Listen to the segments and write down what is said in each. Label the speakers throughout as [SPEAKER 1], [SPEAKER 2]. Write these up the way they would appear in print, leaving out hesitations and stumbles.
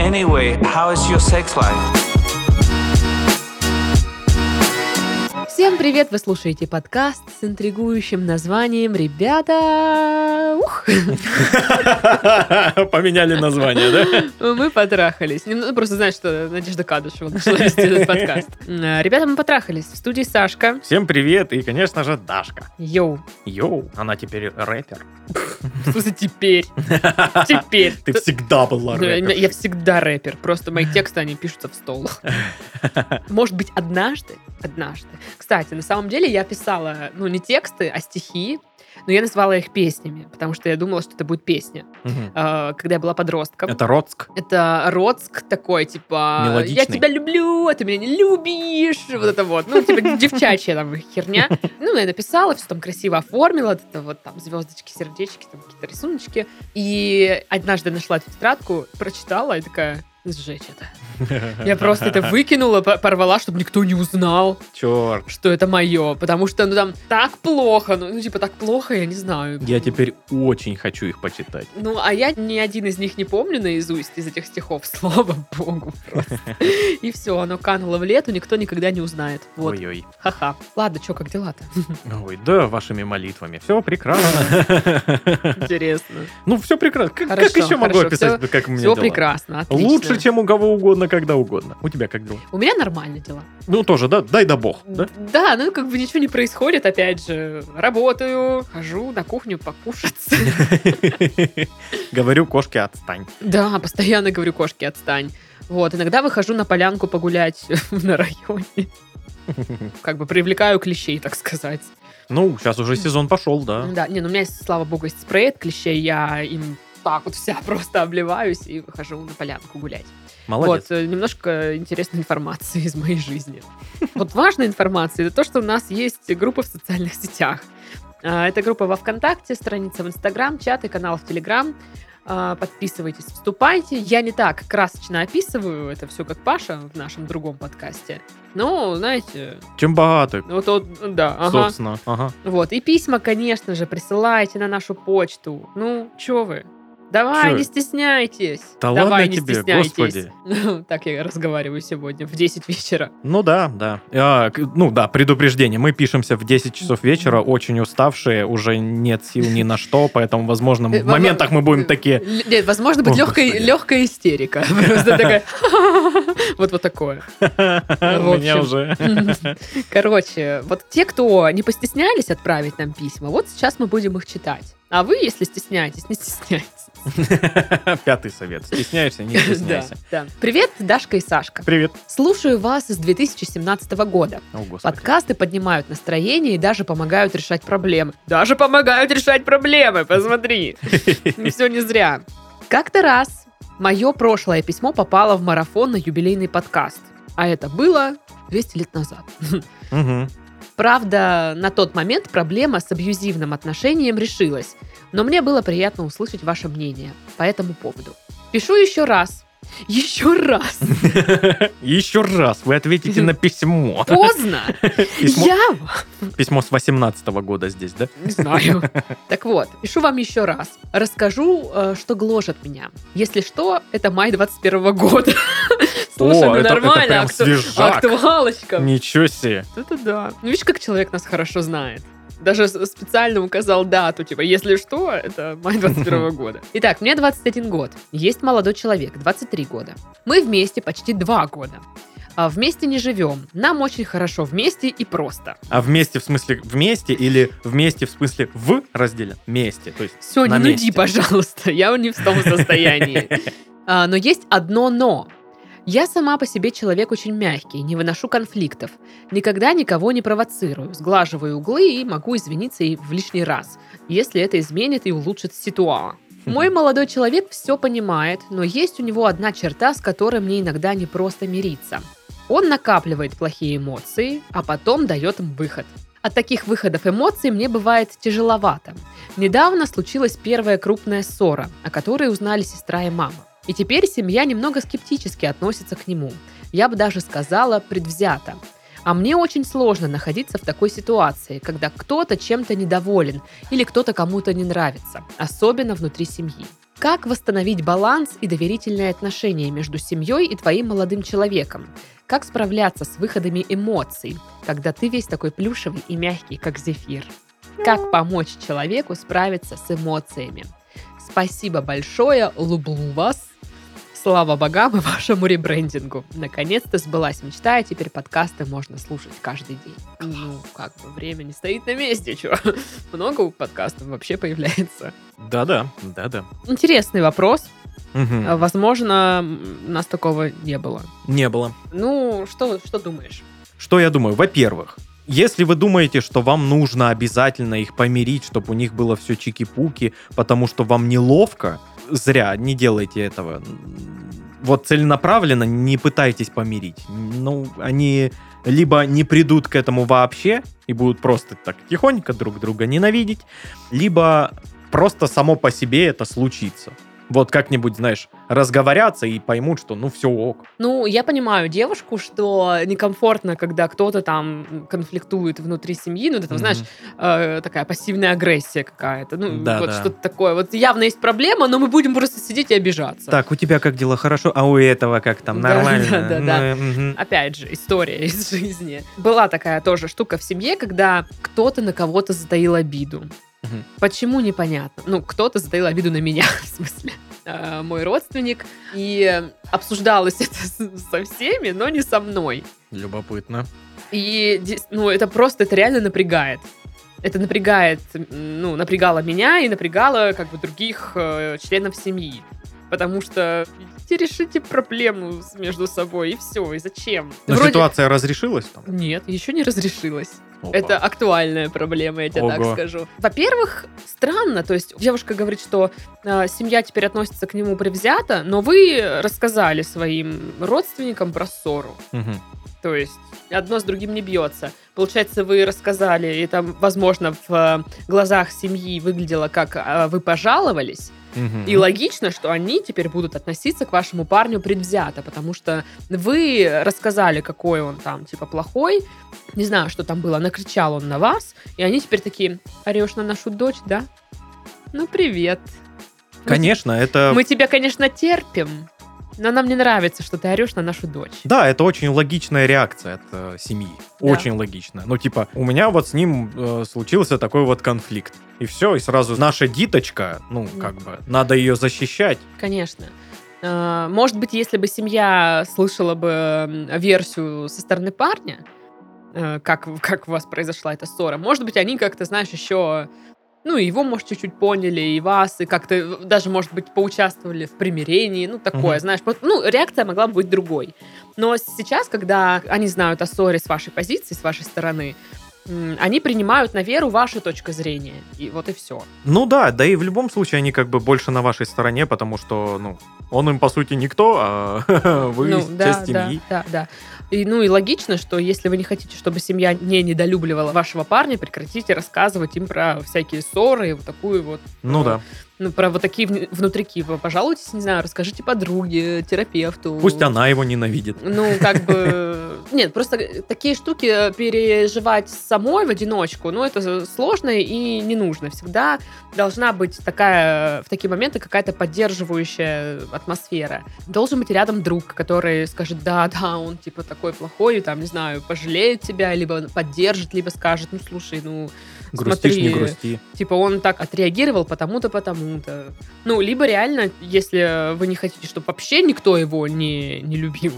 [SPEAKER 1] Anyway, how is your sex life?
[SPEAKER 2] Всем привет! Вы слушаете подкаст с интригующим названием «Ребята...»
[SPEAKER 3] Поменяли название, да?
[SPEAKER 2] Мы потрахались. Просто знаешь, что Надежда Кадышева начала вести этот подкаст. Ребята, мы потрахались. В студии Сашка.
[SPEAKER 3] Всем привет, и, конечно же, Дашка.
[SPEAKER 2] Йоу.
[SPEAKER 3] Йоу, она теперь рэпер.
[SPEAKER 2] Что за теперь? Теперь.
[SPEAKER 3] Ты всегда была рэпер.
[SPEAKER 2] Я всегда рэпер. Просто мои тексты, они пишутся в стол. Может быть, однажды. Кстати, на самом деле я писала, не тексты, а стихи, но я назвала их песнями, потому что я думала, что это будет песня. Когда я была подростком.
[SPEAKER 3] Это Роцк?
[SPEAKER 2] Это Роцк такой, типа,
[SPEAKER 3] мелодичный.
[SPEAKER 2] Я тебя люблю, а ты меня не любишь. Вот это вот. Типа девчачья там херня. Я написала, все там красиво оформила. Это вот там звездочки, сердечки, там какие-то рисуночки. И однажды нашла эту тетрадку, прочитала и такая... сжечь это. Я просто это выкинула, порвала, чтобы никто не узнал,
[SPEAKER 3] Черт.
[SPEAKER 2] что это мое. Потому что, там так плохо. Так плохо, я не знаю.
[SPEAKER 3] Я теперь очень хочу их почитать.
[SPEAKER 2] А я ни один из них не помню наизусть из этих стихов, слава богу. Просто. И все, оно кануло в лету, никто никогда не узнает. Вот.
[SPEAKER 3] Ой-ой.
[SPEAKER 2] Ха-ха. Ладно, что, как дела-то?
[SPEAKER 3] Ой, да, вашими молитвами. Все прекрасно.
[SPEAKER 2] Интересно.
[SPEAKER 3] Все прекрасно. Как
[SPEAKER 2] Хорошо,
[SPEAKER 3] еще могу
[SPEAKER 2] хорошо.
[SPEAKER 3] описать, как у меня
[SPEAKER 2] Все
[SPEAKER 3] дела?
[SPEAKER 2] прекрасно, отлично.
[SPEAKER 3] Лучше, чем у кого угодно, когда угодно. У тебя как дела?
[SPEAKER 2] У меня нормально дела.
[SPEAKER 3] Тоже, да? Дай да бог, да?
[SPEAKER 2] Да, ничего не происходит, опять же. Работаю, хожу на кухню покушать.
[SPEAKER 3] Говорю, кошки, отстань.
[SPEAKER 2] Да, постоянно говорю, кошки, отстань. Вот, иногда выхожу на полянку погулять на районе. Как бы привлекаю клещей, так сказать.
[SPEAKER 3] Сейчас уже сезон пошел, да?
[SPEAKER 2] Да, у меня, слава богу, есть спрей от клещей, я им так вот вся просто обливаюсь и выхожу на полянку гулять.
[SPEAKER 3] Молодец.
[SPEAKER 2] Вот, немножко интересной информации из моей жизни. Вот важная информация, это то, что у нас есть группа в социальных сетях. Это группа во ВКонтакте, страница в Инстаграм, чат и канал в Телеграм. Подписывайтесь, вступайте. Я не так красочно описываю это все, как Паша в нашем другом подкасте. Но, знаете...
[SPEAKER 3] Чем богаты.
[SPEAKER 2] Да, ага.
[SPEAKER 3] Собственно, ага.
[SPEAKER 2] Вот, и письма, конечно же, присылайте на нашу почту. Чё вы? Давай,
[SPEAKER 3] Чё?
[SPEAKER 2] Не стесняйтесь.
[SPEAKER 3] Да
[SPEAKER 2] Давай,
[SPEAKER 3] ладно
[SPEAKER 2] не
[SPEAKER 3] тебе,
[SPEAKER 2] стесняйтесь.
[SPEAKER 3] господи.
[SPEAKER 2] Так я разговариваю сегодня в 10 вечера.
[SPEAKER 3] Да. Предупреждение. Мы пишемся в 10 часов вечера, очень уставшие, уже нет сил ни на что, поэтому, возможно, в моментах мы будем такие...
[SPEAKER 2] Нет, возможно, быть легкая истерика. Просто такая... Вот такое.
[SPEAKER 3] У меня уже...
[SPEAKER 2] Короче, вот те, кто не постеснялись отправить нам письма, вот сейчас мы будем их читать. А вы, если стесняетесь, не стесняйтесь.
[SPEAKER 3] 5-й совет. Стесняешься, не стесняйся.
[SPEAKER 2] Да. Привет, Дашка и Сашка.
[SPEAKER 3] Привет.
[SPEAKER 2] Слушаю вас с 2017 года.
[SPEAKER 3] О, Господи.
[SPEAKER 2] Подкасты поднимают настроение и даже помогают решать проблемы. Посмотри. Все не зря. Как-то раз мое прошлое письмо попало в марафон на юбилейный подкаст. А это было 200 лет назад.
[SPEAKER 3] Угу.
[SPEAKER 2] Правда, на тот момент проблема с абьюзивным отношением решилась, но мне было приятно услышать ваше мнение по этому поводу. Пишу еще раз. Еще раз.
[SPEAKER 3] Еще раз вы ответите на письмо.
[SPEAKER 2] Поздно.
[SPEAKER 3] Письмо с 18-го года здесь, да?
[SPEAKER 2] Не знаю. Так вот, пишу вам еще раз. Расскажу, что гложет меня. Если что, это май 21 года. Слушай,
[SPEAKER 3] это
[SPEAKER 2] нормально.
[SPEAKER 3] прям свежак.
[SPEAKER 2] Актуалочка.
[SPEAKER 3] Ничего себе.
[SPEAKER 2] Это да. Видишь, как человек нас хорошо знает. Даже специально указал дату, если что, это май 21 года. Итак, мне 21 год. Есть молодой человек, 23 года. Мы вместе почти 2 года. Вместе не живем. Нам очень хорошо вместе и просто.
[SPEAKER 3] А вместе в смысле вместе или вместе в смысле в разделе? Вместе, то есть
[SPEAKER 2] Все,
[SPEAKER 3] на
[SPEAKER 2] не нуди,
[SPEAKER 3] месте.
[SPEAKER 2] пожалуйста. Я не в том состоянии. Но есть одно «но». Я сама по себе человек очень мягкий, не выношу конфликтов. Никогда никого не провоцирую, сглаживаю углы и могу извиниться и в лишний раз, если это изменит и улучшит ситуацию. Мой молодой человек все понимает, но есть у него одна черта, с которой мне иногда не просто мириться. Он накапливает плохие эмоции, а потом дает им выход. От таких выходов эмоций мне бывает тяжеловато. Недавно случилась первая крупная ссора, о которой узнали сестра и мама. И теперь семья немного скептически относится к нему. Я бы даже сказала, предвзято. А мне очень сложно находиться в такой ситуации, когда кто-то чем-то недоволен или кто-то кому-то не нравится, особенно внутри семьи. Как восстановить баланс и доверительные отношения между семьей и твоим молодым человеком? Как справляться с выходами эмоций, когда ты весь такой плюшевый и мягкий, как зефир? Как помочь человеку справиться с эмоциями? Спасибо большое, люблю вас. Слава богам и вашему ребрендингу. Наконец-то сбылась мечта, и теперь подкасты можно слушать каждый день. Ну, как бы время не стоит на месте, чё. Много у подкастов вообще появляется.
[SPEAKER 3] Да-да.
[SPEAKER 2] Интересный вопрос.
[SPEAKER 3] Мгм.
[SPEAKER 2] Возможно, у нас такого не было.
[SPEAKER 3] Не было.
[SPEAKER 2] Ну, что думаешь?
[SPEAKER 3] Что я думаю? Во-первых, если вы думаете, что вам нужно обязательно их помирить, чтобы у них было все чики-пуки, потому что вам неловко, зря, не делайте этого. Вот целенаправленно не пытайтесь помирить. Ну, они либо не придут к этому вообще и будут просто так тихонько друг друга ненавидеть, либо просто само по себе это случится. Вот как-нибудь, знаешь, разговорятся и поймут, что ну все ок.
[SPEAKER 2] Ну, я понимаю девушку, что некомфортно, когда кто-то там конфликтует внутри семьи, ну, это,
[SPEAKER 3] Мгм.
[SPEAKER 2] знаешь, такая пассивная агрессия какая-то, ну,
[SPEAKER 3] Да,
[SPEAKER 2] вот
[SPEAKER 3] да.
[SPEAKER 2] что-то такое. Вот явно есть проблема, но мы будем просто сидеть и обижаться.
[SPEAKER 3] Так, у тебя как дела? Хорошо? А у этого как там?
[SPEAKER 2] Да,
[SPEAKER 3] Нормально?
[SPEAKER 2] да.
[SPEAKER 3] Мгм.
[SPEAKER 2] Опять же, история из жизни. Была такая тоже штука в семье, когда кто-то на кого-то затаил обиду.
[SPEAKER 3] Мгм.
[SPEAKER 2] Почему, непонятно. Ну, кто-то затаил обиду на меня, в смысле, мой родственник. И обсуждалось это со всеми, но не со мной.
[SPEAKER 3] Любопытно.
[SPEAKER 2] И, ну, это реально напрягает. Это напрягает, ну, напрягало меня и напрягало, как бы, других членов семьи. Потому что идите решите проблему между собой, и все, и зачем?
[SPEAKER 3] Но
[SPEAKER 2] Вроде-
[SPEAKER 3] ситуация разрешилась там?
[SPEAKER 2] Нет, еще не разрешилась.
[SPEAKER 3] Опа.
[SPEAKER 2] Это актуальная проблема, я тебе
[SPEAKER 3] Ого.
[SPEAKER 2] так скажу. Во-первых, странно, то есть девушка говорит, что семья теперь относится к нему предвзято, но вы рассказали своим родственникам про ссору.
[SPEAKER 3] Мгм.
[SPEAKER 2] То есть одно с другим не бьется. Получается, вы рассказали, и там, возможно, в глазах семьи выглядело, как вы пожаловались,
[SPEAKER 3] Мгм.
[SPEAKER 2] и логично, что они теперь будут относиться к вашему парню предвзято, потому что вы рассказали, какой он там, типа, плохой, не знаю, что там было, накричал он на вас, и они теперь такие: орешь на нашу дочь, да? Ну, привет.
[SPEAKER 3] Конечно, это...
[SPEAKER 2] Мы тебя, конечно, терпим, но нам не нравится, что ты орешь на нашу дочь.
[SPEAKER 3] Да, это очень логичная реакция от семьи.
[SPEAKER 2] Да.
[SPEAKER 3] Очень логичная. Ну, типа, у меня вот с ним случился такой вот конфликт. И все, и сразу наша диточка, ну, как бы, надо ее защищать.
[SPEAKER 2] Конечно. Может быть, если бы семья слышала бы версию со стороны парня, как у вас произошла эта ссора, может быть, они как-то, знаешь, еще... Ну, и его, может, чуть-чуть поняли, и вас, и как-то даже, может быть, поучаствовали в примирении, ну, такое,
[SPEAKER 3] Мгм.
[SPEAKER 2] знаешь. Ну, реакция могла бы быть другой. Но сейчас, когда они знают о ссоре с вашей позиции, с вашей стороны, они принимают на веру вашу точку зрения. И вот и все.
[SPEAKER 3] Ну да, да и в любом случае они как бы больше на вашей стороне, потому что, ну, он им, по сути, никто, а вы часть семьи.
[SPEAKER 2] Да. И, ну, и логично, что если вы не хотите, чтобы семья не недолюбливала вашего парня, прекратите рассказывать им про всякие ссоры, вот такую вот...
[SPEAKER 3] Ну да.
[SPEAKER 2] Ну, про вот такие внутрики. Вы пожалуйтесь, не знаю, расскажите подруге, терапевту.
[SPEAKER 3] Пусть она его ненавидит.
[SPEAKER 2] Ну, как бы... Нет, просто такие штуки переживать самой в одиночку, ну, это сложно и не нужно. Всегда должна быть такая, в такие моменты, какая-то поддерживающая атмосфера. Должен быть рядом друг, который скажет: да, он, типа, такой плохой, там, не знаю, пожалеет тебя, либо поддержит, либо скажет: ну, слушай, ну,
[SPEAKER 3] Грустишь,
[SPEAKER 2] смотри,
[SPEAKER 3] не грусти.
[SPEAKER 2] типа, он так отреагировал потому-то, потому-то. Ну, либо реально, если вы не хотите, чтобы вообще никто его не любил,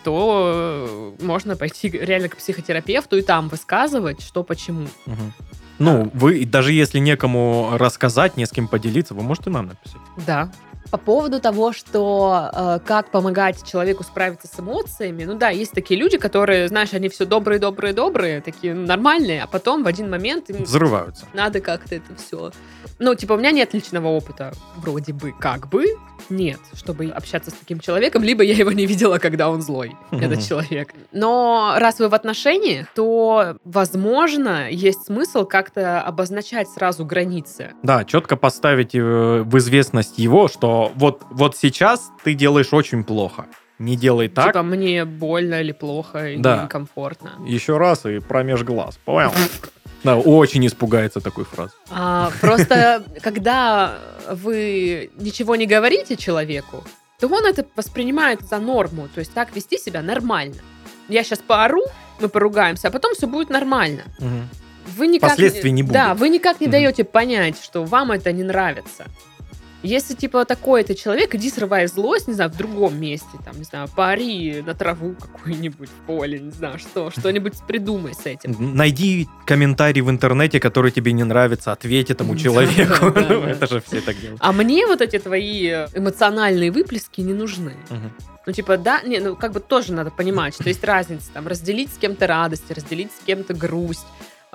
[SPEAKER 2] то можно пойти реально к психотерапевту и там высказывать, что почему.
[SPEAKER 3] Мгм. Ну, вы, даже если некому рассказать, не с кем поделиться, вы можете нам написать.
[SPEAKER 2] Да. По поводу того, что как помогать человеку справиться с эмоциями, ну да, есть такие люди, которые, знаешь, они все добрые, такие нормальные, а потом в один момент им
[SPEAKER 3] Взрываются.
[SPEAKER 2] надо как-то это все... Ну, типа, у меня нет личного опыта, вроде бы, как бы, нет, чтобы общаться с таким человеком, либо я его не видела, когда он злой, этот человек. Но раз вы в отношениях, то, возможно, есть смысл как-то обозначать сразу границы.
[SPEAKER 3] Да, четко поставить в известность его, что вот сейчас ты делаешь очень плохо. Не делай так.
[SPEAKER 2] Типа, мне больно или плохо, или
[SPEAKER 3] Да.
[SPEAKER 2] некомфортно.
[SPEAKER 3] Еще раз и промеж глаз. Понял? Да, очень испугается такой фразы.
[SPEAKER 2] Просто, когда вы ничего не говорите человеку, то он это воспринимает за норму. То есть так вести себя нормально. Я сейчас поору, мы поругаемся, а потом все будет нормально.
[SPEAKER 3] Мгм.
[SPEAKER 2] Вы никак
[SPEAKER 3] Последствий не будет.
[SPEAKER 2] Да, вы никак не
[SPEAKER 3] Мгм.
[SPEAKER 2] даете понять, что вам это не нравится. Если, типа, такой-то человек, иди срывай злость, не знаю, в другом месте, там, не знаю, поори на траву какую-нибудь в поле, не знаю, что-нибудь придумай с этим.
[SPEAKER 3] Найди комментарий в интернете, который тебе не нравится, ответь этому человеку.
[SPEAKER 2] Да, да.
[SPEAKER 3] Это же все так делают.
[SPEAKER 2] А мне вот эти твои эмоциональные выплески не нужны.
[SPEAKER 3] Мгм.
[SPEAKER 2] Ну, типа, да, не, ну, как бы тоже надо понимать, что есть разница, там, разделить с кем-то радость, разделить с кем-то грусть,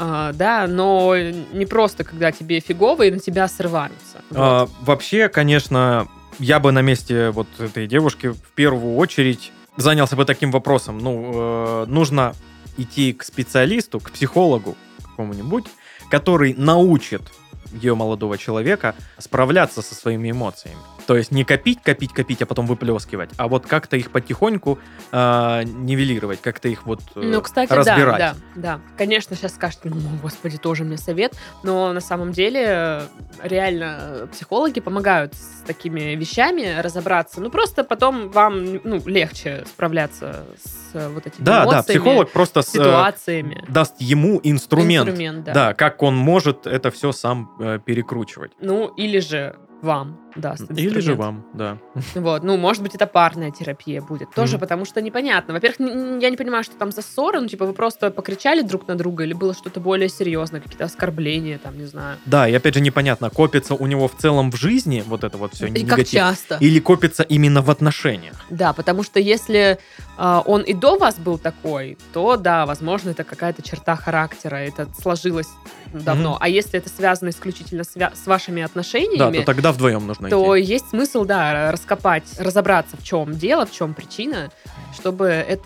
[SPEAKER 2] да, но не просто, когда тебе фигово и на тебя срываются. Вот.
[SPEAKER 3] Вообще, конечно, я бы на месте вот этой девушки в первую очередь занялся бы таким вопросом. Ну, нужно идти к специалисту, к психологу какому-нибудь, который научит ее молодого человека справляться со своими эмоциями. То есть не копить, а потом выплескивать, а вот как-то их потихоньку нивелировать, как-то их вот
[SPEAKER 2] Ну, кстати,
[SPEAKER 3] разбирать.
[SPEAKER 2] да. Конечно, сейчас скажут, ну, господи, тоже мне совет, но на самом деле реально психологи помогают с такими вещами разобраться. Ну, просто потом вам, ну, легче справляться с вот этими эмоциями,
[SPEAKER 3] Да, психолог просто
[SPEAKER 2] ситуациями.
[SPEAKER 3] даст ему инструмент,
[SPEAKER 2] Да.
[SPEAKER 3] да, как он может это все сам перекручивать.
[SPEAKER 2] Ну, или же вам даст инструмент.
[SPEAKER 3] Или же вам, да.
[SPEAKER 2] Вот, ну, может быть, это парная терапия будет. Тоже
[SPEAKER 3] Мгм.
[SPEAKER 2] потому что непонятно. Во-первых, я не понимаю, что там за ссоры. Ну, типа, вы просто покричали друг на друга или было что-то более серьезное, какие-то оскорбления, там, не знаю.
[SPEAKER 3] Да, и опять же непонятно, копится у него в целом в жизни вот это вот все
[SPEAKER 2] И
[SPEAKER 3] негатив,
[SPEAKER 2] как часто.
[SPEAKER 3] или копится именно в отношениях.
[SPEAKER 2] Да, потому что если он и до вас был такой, то, да, возможно, это какая-то черта характера, это сложилось давно.
[SPEAKER 3] Мгм.
[SPEAKER 2] А если это связано исключительно с вашими
[SPEAKER 3] Да,
[SPEAKER 2] отношениями,
[SPEAKER 3] то тогда вдвоем нужно
[SPEAKER 2] то
[SPEAKER 3] идти.
[SPEAKER 2] есть смысл, да, раскопать, разобраться, в чем дело, в чем причина, чтобы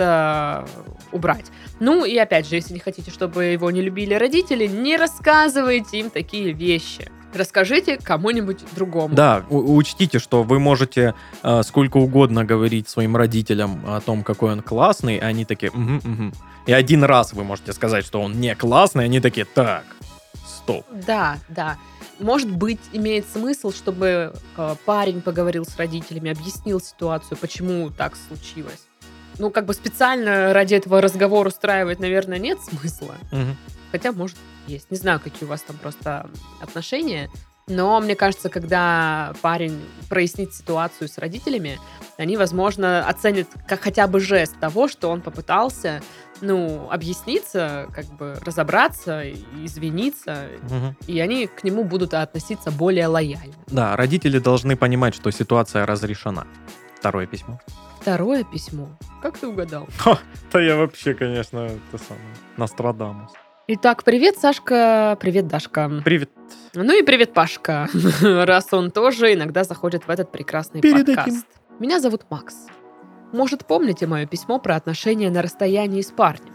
[SPEAKER 2] это убрать. Ну, и опять же, если не хотите, чтобы его не любили родители, не рассказывайте им такие вещи. Расскажите кому-нибудь другому.
[SPEAKER 3] Да, учтите, что вы можете сколько угодно говорить своим родителям о том, какой он классный, и они такие, «Мгм, мгм». И один раз вы можете сказать, что он не классный, и они такие, так, стоп.
[SPEAKER 2] Да, да. Может быть, имеет смысл, чтобы парень поговорил с родителями, объяснил ситуацию, почему так случилось. Ну, как бы специально ради этого разговора устраивать, наверное, нет смысла.
[SPEAKER 3] Мгм.
[SPEAKER 2] Хотя, может, есть. Не знаю, какие у вас там просто отношения. Но мне кажется, когда парень прояснит ситуацию с родителями, они, возможно, оценят как хотя бы жест того, что он попытался, ну, объясниться, как бы разобраться, извиниться,
[SPEAKER 3] Мгм.
[SPEAKER 2] и они к нему будут относиться более лояльно.
[SPEAKER 3] Да, родители должны понимать, что ситуация разрешена. Второе письмо.
[SPEAKER 2] Второе письмо. Как ты угадал?
[SPEAKER 3] Да я вообще, конечно, это самое, Нострадамус.
[SPEAKER 2] Итак, привет, Сашка, привет, Дашка.
[SPEAKER 3] Привет.
[SPEAKER 2] Ну и привет, Пашка, раз он тоже иногда заходит в этот прекрасный
[SPEAKER 3] Передадим.
[SPEAKER 2] подкаст. Меня зовут Макс. Может, помните мое письмо про отношения на расстоянии с парнем?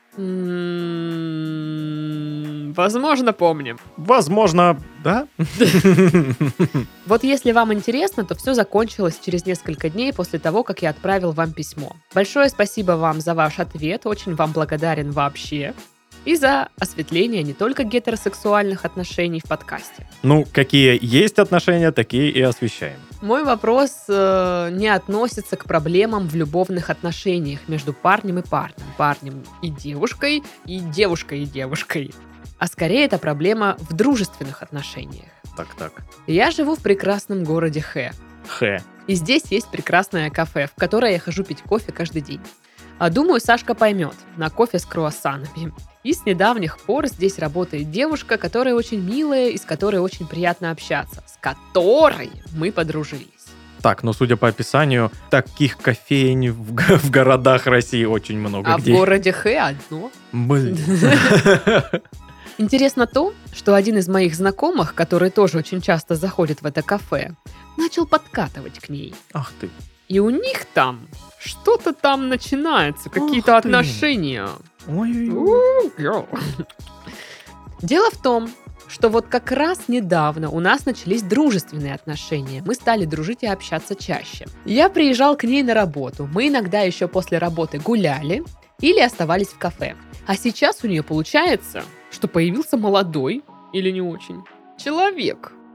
[SPEAKER 2] Возможно, помним.
[SPEAKER 3] Возможно, да?
[SPEAKER 2] Вот если вам интересно, то все закончилось через несколько дней после того, как я отправил вам письмо. Большое спасибо вам за ваш ответ, очень вам благодарен вообще. И за осветление не только гетеросексуальных отношений в подкасте.
[SPEAKER 3] Ну, какие есть отношения, такие и освещаем.
[SPEAKER 2] Мой вопрос не относится к проблемам в любовных отношениях между парнем и парнем, парнем и девушкой, и девушкой и девушкой. А скорее это проблема в дружественных отношениях.
[SPEAKER 3] Так.
[SPEAKER 2] Я живу в прекрасном городе Хэ. И здесь есть прекрасное кафе, в которое я хожу пить кофе каждый день. А думаю, Сашка поймет, на кофе с круассанами. И с недавних пор здесь работает девушка, которая очень милая и с которой очень приятно общаться. С которой мы подружились.
[SPEAKER 3] Так, но судя по описанию, таких кофеин в городах России очень много.
[SPEAKER 2] А в городе Хэ одно.
[SPEAKER 3] Блин.
[SPEAKER 2] Интересно то, что один из моих знакомых, который тоже очень часто заходит в это кафе, начал подкатывать к ней.
[SPEAKER 3] Ах ты.
[SPEAKER 2] И у них там что-то там начинается, какие-то
[SPEAKER 3] Ах ты.
[SPEAKER 2] отношения.
[SPEAKER 3] Ой-ой-ой.
[SPEAKER 2] Дело в том, что вот как раз недавно у нас начались дружественные отношения. Мы стали дружить и общаться чаще. Я приезжал к ней на работу. Мы иногда еще после работы гуляли или оставались в кафе. А сейчас у нее получается, что появился молодой или не очень человек.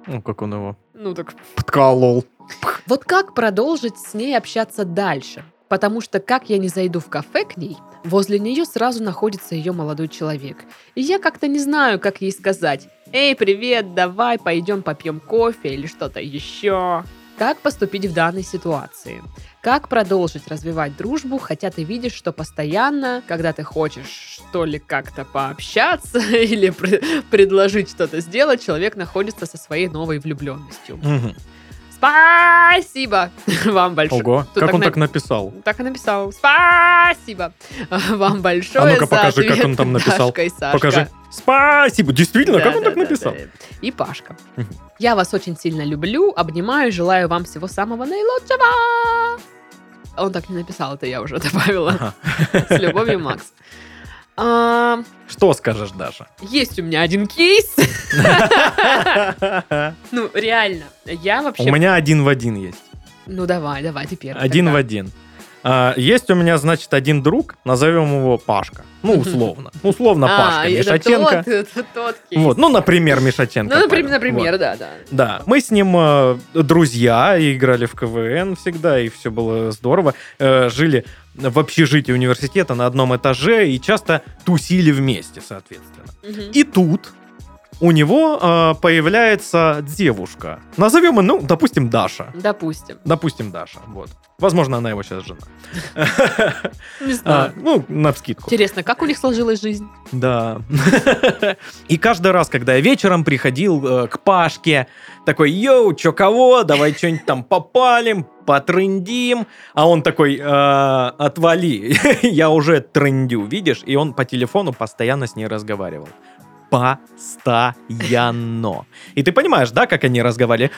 [SPEAKER 3] Ну, как он его
[SPEAKER 2] Ну, так
[SPEAKER 3] подколол.
[SPEAKER 2] вот как продолжить с ней общаться дальше? Потому что как я не зайду в кафе к ней, возле нее сразу находится ее молодой человек. И я как-то не знаю, как ей сказать: «Эй, привет, давай пойдем попьем кофе» или что-то еще. Как поступить в данной ситуации? Как продолжить развивать дружбу, хотя ты видишь, что постоянно, когда ты хочешь что ли как-то пообщаться или предложить что-то сделать, человек находится со своей новой влюбленностью.
[SPEAKER 3] Мгм.
[SPEAKER 2] Спасибо вам большое.
[SPEAKER 3] Ого,
[SPEAKER 2] Тут
[SPEAKER 3] как он
[SPEAKER 2] на-
[SPEAKER 3] так написал?
[SPEAKER 2] Так и написал. Спасибо вам большое.
[SPEAKER 3] А ну-ка,
[SPEAKER 2] за
[SPEAKER 3] покажи, как
[SPEAKER 2] ответ,
[SPEAKER 3] он там написал.
[SPEAKER 2] Дашка и Сашка.
[SPEAKER 3] Покажи. Спасибо. Действительно, как он так
[SPEAKER 2] Да.
[SPEAKER 3] написал?
[SPEAKER 2] И Пашка.
[SPEAKER 3] Мгм.
[SPEAKER 2] Я вас очень сильно люблю, обнимаю, желаю вам всего самого наилучшего. Он так не написал, это я уже добавила.
[SPEAKER 3] Ага.
[SPEAKER 2] С любовью, Макс. А,
[SPEAKER 3] Что скажешь, Даша?
[SPEAKER 2] Есть у меня один кейс. Ну, реально. Я
[SPEAKER 3] У
[SPEAKER 2] вообще...
[SPEAKER 3] меня 1 в 1 есть.
[SPEAKER 2] Ну, давай, ты первый.
[SPEAKER 3] 1 в
[SPEAKER 2] тогда.
[SPEAKER 3] 1. Есть у меня, значит, один друг, назовем его Пашка. Ну, условно. Условно Пашка
[SPEAKER 2] это
[SPEAKER 3] Мишаченко.
[SPEAKER 2] тот кейс.
[SPEAKER 3] Вот, ну, например, Мишаченко.
[SPEAKER 2] Ну,
[SPEAKER 3] Павел.
[SPEAKER 2] например,
[SPEAKER 3] Вот.
[SPEAKER 2] да.
[SPEAKER 3] Да, мы с ним друзья, и играли в КВН всегда, и все было здорово. Жили в общежитии университета на одном этаже и часто тусили вместе, соответственно.
[SPEAKER 2] Мгм.
[SPEAKER 3] И тут у него появляется девушка. Назовем ее, ну, допустим, Даша.
[SPEAKER 2] Допустим.
[SPEAKER 3] Даша, вот. Возможно, она его сейчас жена.
[SPEAKER 2] Не знаю.
[SPEAKER 3] Ну, навскидку.
[SPEAKER 2] Интересно, как у них сложилась жизнь?
[SPEAKER 3] Да. И каждый раз, когда я вечером приходил к Пашке, такой: йоу, чё кого, давай что-нибудь там попалим, потрындим. А он такой: отвали, я уже трындю, видишь? И он по телефону постоянно с ней разговаривал. Постоянно. И ты понимаешь, да, как они разговаривали?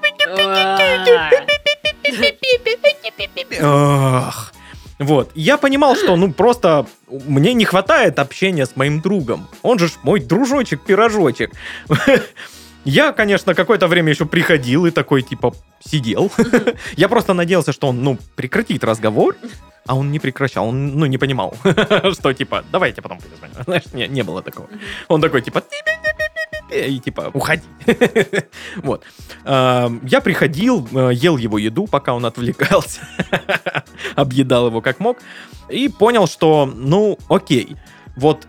[SPEAKER 3] Ах. Вот. Я понимал, что, ну, просто мне не хватает общения с моим другом. Он же ж мой дружочек-пирожочек. Я, конечно, какое-то время еще приходил и такой, типа, сидел. Я просто надеялся, что он, ну, прекратит разговор, а он не прекращал. Он, ну, не понимал, что, типа, давайте потом перезвоним. Знаешь, не было такого. Он такой, типа, и, типа, уходи. Вот. Я приходил, ел его еду, пока он отвлекался. Объедал его как мог. И понял, что, ну, окей. Вот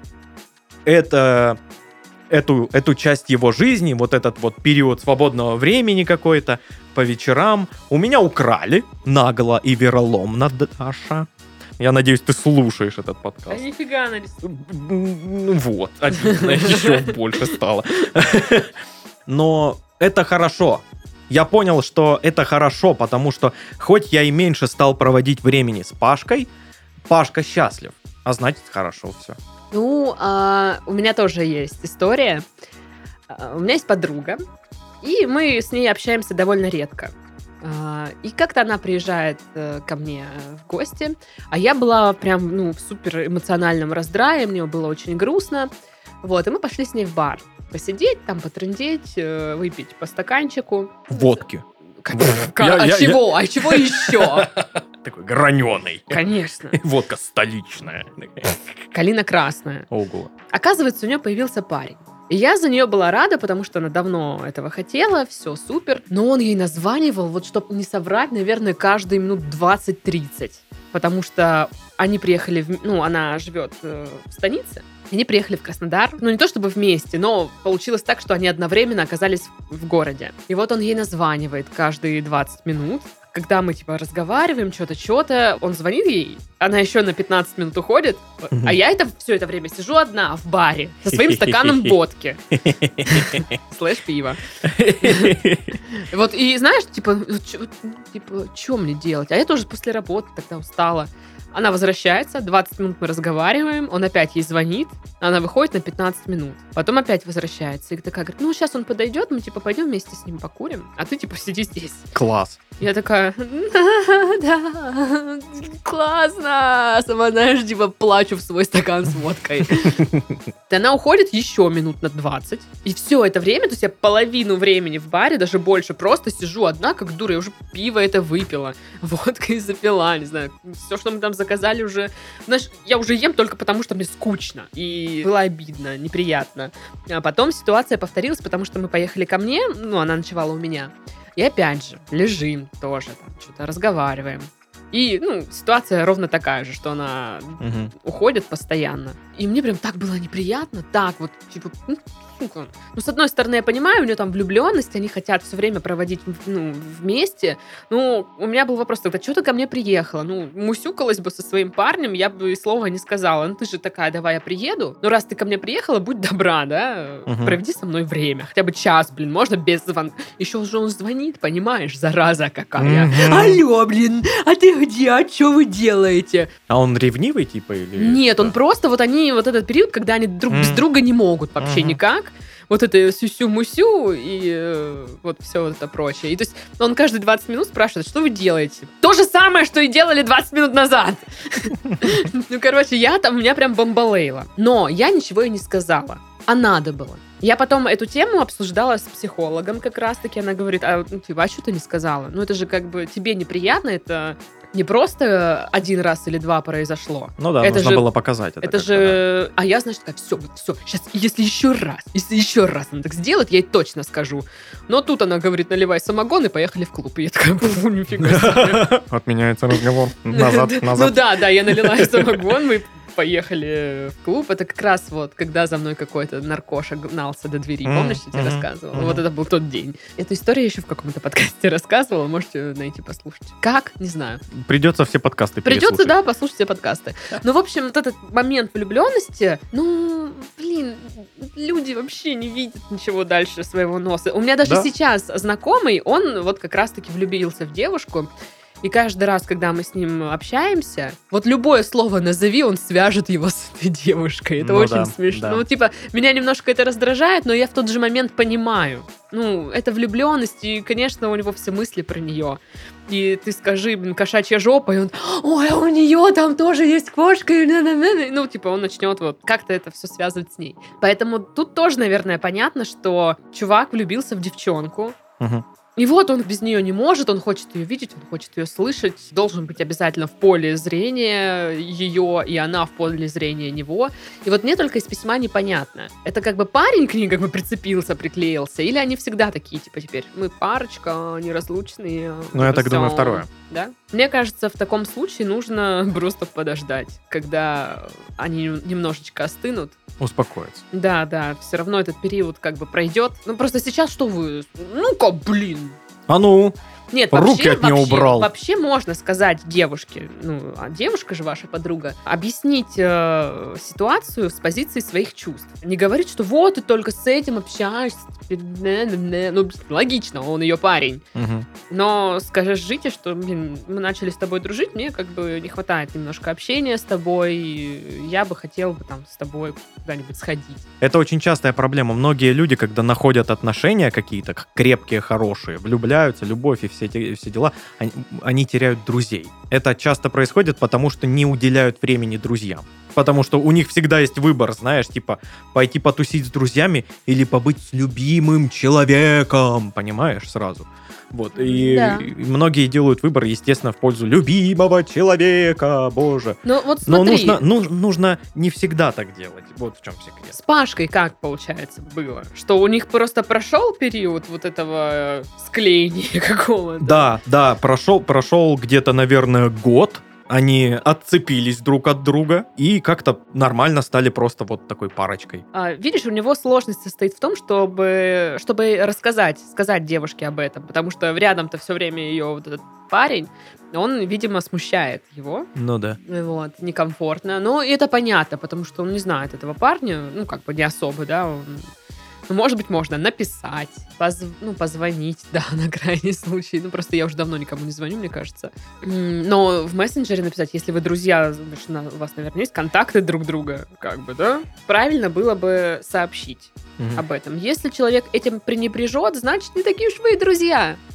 [SPEAKER 3] эту часть его жизни, вот этот вот период свободного времени какой-то по вечерам у меня украли нагло и вероломно, Даша. Я надеюсь, ты слушаешь этот
[SPEAKER 2] Да
[SPEAKER 3] подкаст.
[SPEAKER 2] нифига она
[SPEAKER 3] Ну вот, обидно, еще больше стало. Но это хорошо. Я понял, что это хорошо, потому что хоть я и меньше стал проводить времени с Пашкой, Пашка счастлив. А значит, хорошо все.
[SPEAKER 2] Ну, у меня тоже есть история. У меня есть подруга, и мы с ней общаемся довольно редко. И как-то она приезжает ко мне в гости, а я была прям, ну, в супер эмоциональном раздрае, мне было очень грустно. Вот, и мы пошли с ней в бар. Посидеть, там, потрындеть, выпить по стаканчику.
[SPEAKER 3] Водки.
[SPEAKER 2] А чего? А чего еще?
[SPEAKER 3] Такой граненый.
[SPEAKER 2] Конечно.
[SPEAKER 3] Водка столичная.
[SPEAKER 2] Калина красная.
[SPEAKER 3] Ого.
[SPEAKER 2] Оказывается, у нее появился парень. И я за нее была рада, потому что она давно этого хотела, все супер. Но он ей названивал, вот чтобы не соврать, наверное, каждые минут 20-30. Потому что они приехали, ну, она живет в станице, они приехали в Краснодар. Ну, не то чтобы вместе, но получилось так, что они одновременно оказались в городе. И вот он ей названивает каждые 20 минут. Когда мы, типа, разговариваем, что-то, он звонит ей, она еще на 15 минут уходит, а я все это время сижу одна в баре со своим стаканом водки. Слэш пива. Вот, и знаешь, типа, что мне делать? А я тоже после работы тогда устала. Она возвращается, 20 минут мы разговариваем, он опять ей звонит, она выходит на 15 минут. Потом опять возвращается. И такая говорит: ну, сейчас он подойдет, мы, типа, пойдем вместе с ним покурим, а ты, типа, сиди здесь.
[SPEAKER 3] Класс.
[SPEAKER 2] Я такая, да, классно. Сама, знаешь, типа плачу в свой стакан с водкой. И она уходит еще минут на 20. И все это время, то есть я половину времени в баре, даже больше, просто сижу одна, как дура. Я уже пиво это выпила, водкой запила, не знаю. Все, что мы там заказали уже... Знаешь, я уже ем только потому, что мне скучно. И было обидно, неприятно. А потом ситуация повторилась, потому что мы поехали ко мне, ну, она ночевала у меня. И опять же, лежим тоже, там, что-то разговариваем. И, ну, ситуация ровно такая же, что она уходит постоянно. И мне прям так было неприятно, так вот, типа, ну, сука. Ну, с одной стороны, я понимаю, у нее там влюбленность, они хотят все время проводить, ну, вместе. Ну, у меня был вопрос тогда, что ты ко мне приехала? Ну, мусюкалась бы со своим парнем, я бы и слова не сказала. Ну, ты же такая, давай я приеду. Ну, раз ты ко мне приехала, будь добра, да, проведи со мной время. Хотя бы час, блин, можно без звонка. Еще уже он звонит, понимаешь, зараза какая. Алло, блин, а ты где? А что вы делаете?
[SPEAKER 3] А он ревнивый, типа, или...
[SPEAKER 2] Нет,
[SPEAKER 3] что?
[SPEAKER 2] он просто, вот они, вот этот период, когда они друг без друга не могут вообще никак. Вот это сюсю-мусю и вот все вот это прочее. И то есть он каждые 20 минут спрашивает, что вы делаете? То же самое, что и делали 20 минут назад. Ну, короче, у меня прям бомбалейла. Но я ничего и не сказала. А надо было. Я потом эту тему обсуждала с психологом как раз-таки. Она говорит, а что ты не сказала? Ну, это же как бы тебе неприятно, это... Не просто один раз или два произошло.
[SPEAKER 3] Ну да,
[SPEAKER 2] это
[SPEAKER 3] нужно
[SPEAKER 2] же,
[SPEAKER 3] было показать это.
[SPEAKER 2] Это же... Да. А я, значит, такая, все, сейчас, если еще раз она так сделает, я ей точно скажу. Но тут она говорит, наливай самогон, и поехали в клуб. И я такая, нифига себе.
[SPEAKER 3] Отменяется разговор. Назад.
[SPEAKER 2] Ну да, я налила самогон, мы поехали в клуб. Это как раз вот, когда за мной какой-то наркоша гнался до двери. Помнишь, я тебе рассказывала? Вот это был тот день. Эту историю я еще в каком-то подкасте рассказывала. Можете найти, послушать. Как? Не знаю.
[SPEAKER 3] Придется все подкасты переслушать.
[SPEAKER 2] Придется, да, послушать все подкасты. Да. Ну, в общем, вот этот момент влюбленности, ну, блин, люди вообще не видят ничего дальше своего носа. У меня даже сейчас знакомый, он вот как раз-таки влюбился в девушку. И каждый раз, когда мы с ним общаемся, вот любое слово назови, он свяжет его с этой девушкой. Это очень смешно. Да. Ну, типа, меня немножко это раздражает, но я в тот же момент понимаю. Ну, это влюбленность, и, конечно, у него все мысли про нее. И ты скажи, блин, кошачья жопа, и он, ой, а у нее там тоже есть кошка, и ну, типа, он начнет вот как-то это все связывать с ней. Поэтому тут тоже, наверное, понятно, что чувак влюбился в девчонку, и вот он без нее не может, он хочет ее видеть, он хочет ее слышать, должен быть обязательно в поле зрения ее, и она в поле зрения него. И вот мне только из письма непонятно. Это как бы парень к ней как бы прицепился, приклеился, или они всегда такие, типа, теперь мы парочка, неразлучные.
[SPEAKER 3] Ну, я так думаю, второе.
[SPEAKER 2] Да? Мне кажется, в таком случае нужно просто подождать, когда они немножечко остынут.
[SPEAKER 3] Успокоиться.
[SPEAKER 2] Да, все равно этот период как бы пройдет. Ну, просто сейчас что вы... Ну-ка, блин!
[SPEAKER 3] А ну!
[SPEAKER 2] Нет,
[SPEAKER 3] руки от нее убрал.
[SPEAKER 2] Вообще можно сказать девушке, ну, а девушка же ваша подруга, объяснить ситуацию с позиции своих чувств. Не говорить, что вот ты только с этим общаешься. Ну, логично, он ее парень. Но скажите, что, блин, мы начали с тобой дружить, мне как бы не хватает немножко общения с тобой, и я бы хотела бы там с тобой куда-нибудь сходить.
[SPEAKER 3] Это очень частая проблема. Многие люди, когда находят отношения какие-то крепкие, хорошие, влюбляются, любовь и все дела, они теряют друзей. Это часто происходит, потому что не уделяют времени друзьям. Потому что у них всегда есть выбор, знаешь, типа пойти потусить с друзьями или побыть с любимым человеком, понимаешь, сразу. Вот, и многие делают выбор, естественно, в пользу любимого человека, боже.
[SPEAKER 2] Ну, вот смотри.
[SPEAKER 3] Но нужно не всегда так делать, вот в чем секрет.
[SPEAKER 2] С Пашкой как, получается, было? Что у них просто прошел период вот этого склеения какого-то?
[SPEAKER 3] Да, прошел где-то, наверное, год. Они отцепились друг от друга и как-то нормально стали просто вот такой парочкой.
[SPEAKER 2] Видишь, у него сложность состоит в том, чтобы сказать девушке об этом, потому что рядом-то все время ее вот этот парень, он, видимо, смущает его.
[SPEAKER 3] Ну да.
[SPEAKER 2] Вот, некомфортно. Ну, и это понятно, потому что он не знает этого парня, ну, как бы не особо, да, ну, может быть, можно написать, позвонить, да, на крайний случай. Ну, просто я уже давно никому не звоню, мне кажется. Но в мессенджере написать, если вы друзья, значит, у вас, наверное, есть контакты друг друга, как бы, да? Правильно было бы сообщить об этом. Если человек этим пренебрежет, значит, не такие уж вы и друзья.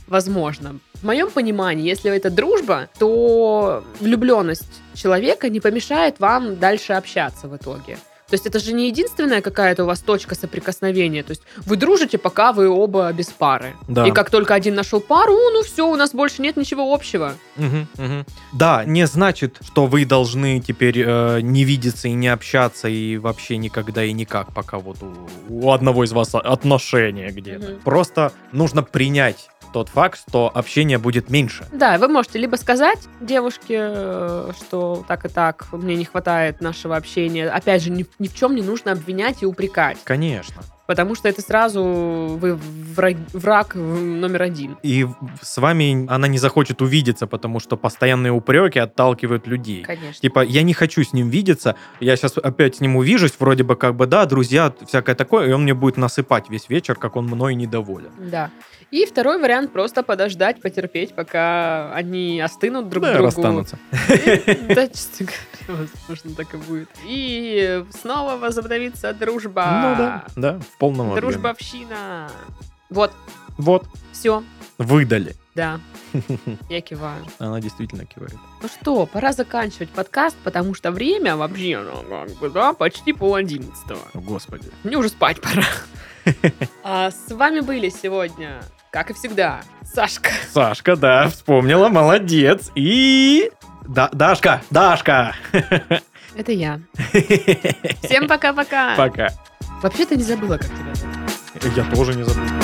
[SPEAKER 2] возможно. В моем понимании, если это дружба, то влюбленность человека не помешает вам дальше общаться в итоге. То есть это же не единственная какая-то у вас точка соприкосновения. То есть вы дружите, пока вы оба без пары.
[SPEAKER 3] Да.
[SPEAKER 2] И как только один нашел пару, ну все, у нас больше нет ничего общего.
[SPEAKER 3] Да, не значит, что вы должны теперь не видеться и не общаться и вообще никогда и никак, пока вот у одного из вас отношения где-то. Просто нужно принять тот факт, что общение будет меньше.
[SPEAKER 2] Да, вы можете либо сказать девушке, что так и так, мне не хватает нашего общения. Опять же, ни в чем не нужно обвинять и упрекать.
[SPEAKER 3] Конечно.
[SPEAKER 2] Потому что это сразу вы враг номер один.
[SPEAKER 3] И с вами она не захочет увидеться, потому что постоянные упреки отталкивают людей.
[SPEAKER 2] Конечно.
[SPEAKER 3] Типа, я не хочу с ним видеться, я сейчас опять с ним увижусь, вроде бы как бы, да, друзья, всякое такое, и он мне будет насыпать весь вечер, как он мной недоволен.
[SPEAKER 2] Да. И второй вариант просто подождать, потерпеть, пока они остынут друг
[SPEAKER 3] Да,
[SPEAKER 2] другу.
[SPEAKER 3] расстанутся.
[SPEAKER 2] Да, честно говоря, возможно, так и будет. И снова возобновится дружба.
[SPEAKER 3] Ну да, в полном объеме.
[SPEAKER 2] Дружбовщина. Вот,
[SPEAKER 3] Вот,
[SPEAKER 2] все.
[SPEAKER 3] выдали.
[SPEAKER 2] Да, я киваю.
[SPEAKER 3] Она действительно кивает.
[SPEAKER 2] Ну что, пора заканчивать подкаст, потому что время вообще, ну, как бы, да, почти 10:30.
[SPEAKER 3] О, Господи.
[SPEAKER 2] Мне уже спать пора. А с вами были сегодня, как и всегда, Сашка.
[SPEAKER 3] Сашка, да, вспомнила, молодец. И... Дашка.
[SPEAKER 2] Это я. Всем пока-пока.
[SPEAKER 3] Пока.
[SPEAKER 2] Вообще-то не забыла, как тебя зовут.
[SPEAKER 3] Я тоже не забыл.